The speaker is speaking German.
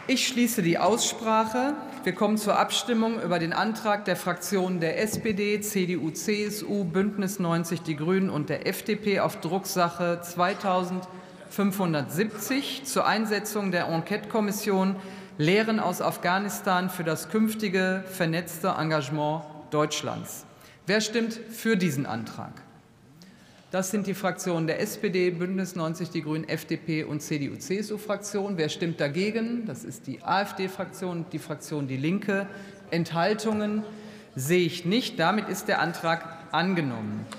Ich schließe die Aussprache. Wir kommen zur Abstimmung über den Antrag der Fraktionen der SPD, CDU, CSU, Bündnis 90 Die Grünen und der FDP auf Drucksache 2570 zur Einsetzung der Enquete-Kommission Lehren aus Afghanistan für das künftige vernetzte Engagement Deutschlands. Wer stimmt für diesen Antrag? Das sind die Fraktionen der SPD, Bündnis 90 Die Grünen, FDP und CDU-CSU-Fraktion. Wer stimmt dagegen? Das ist die AfD-Fraktion und die Fraktion Die Linke. Enthaltungen sehe ich nicht. Damit ist der Antrag angenommen.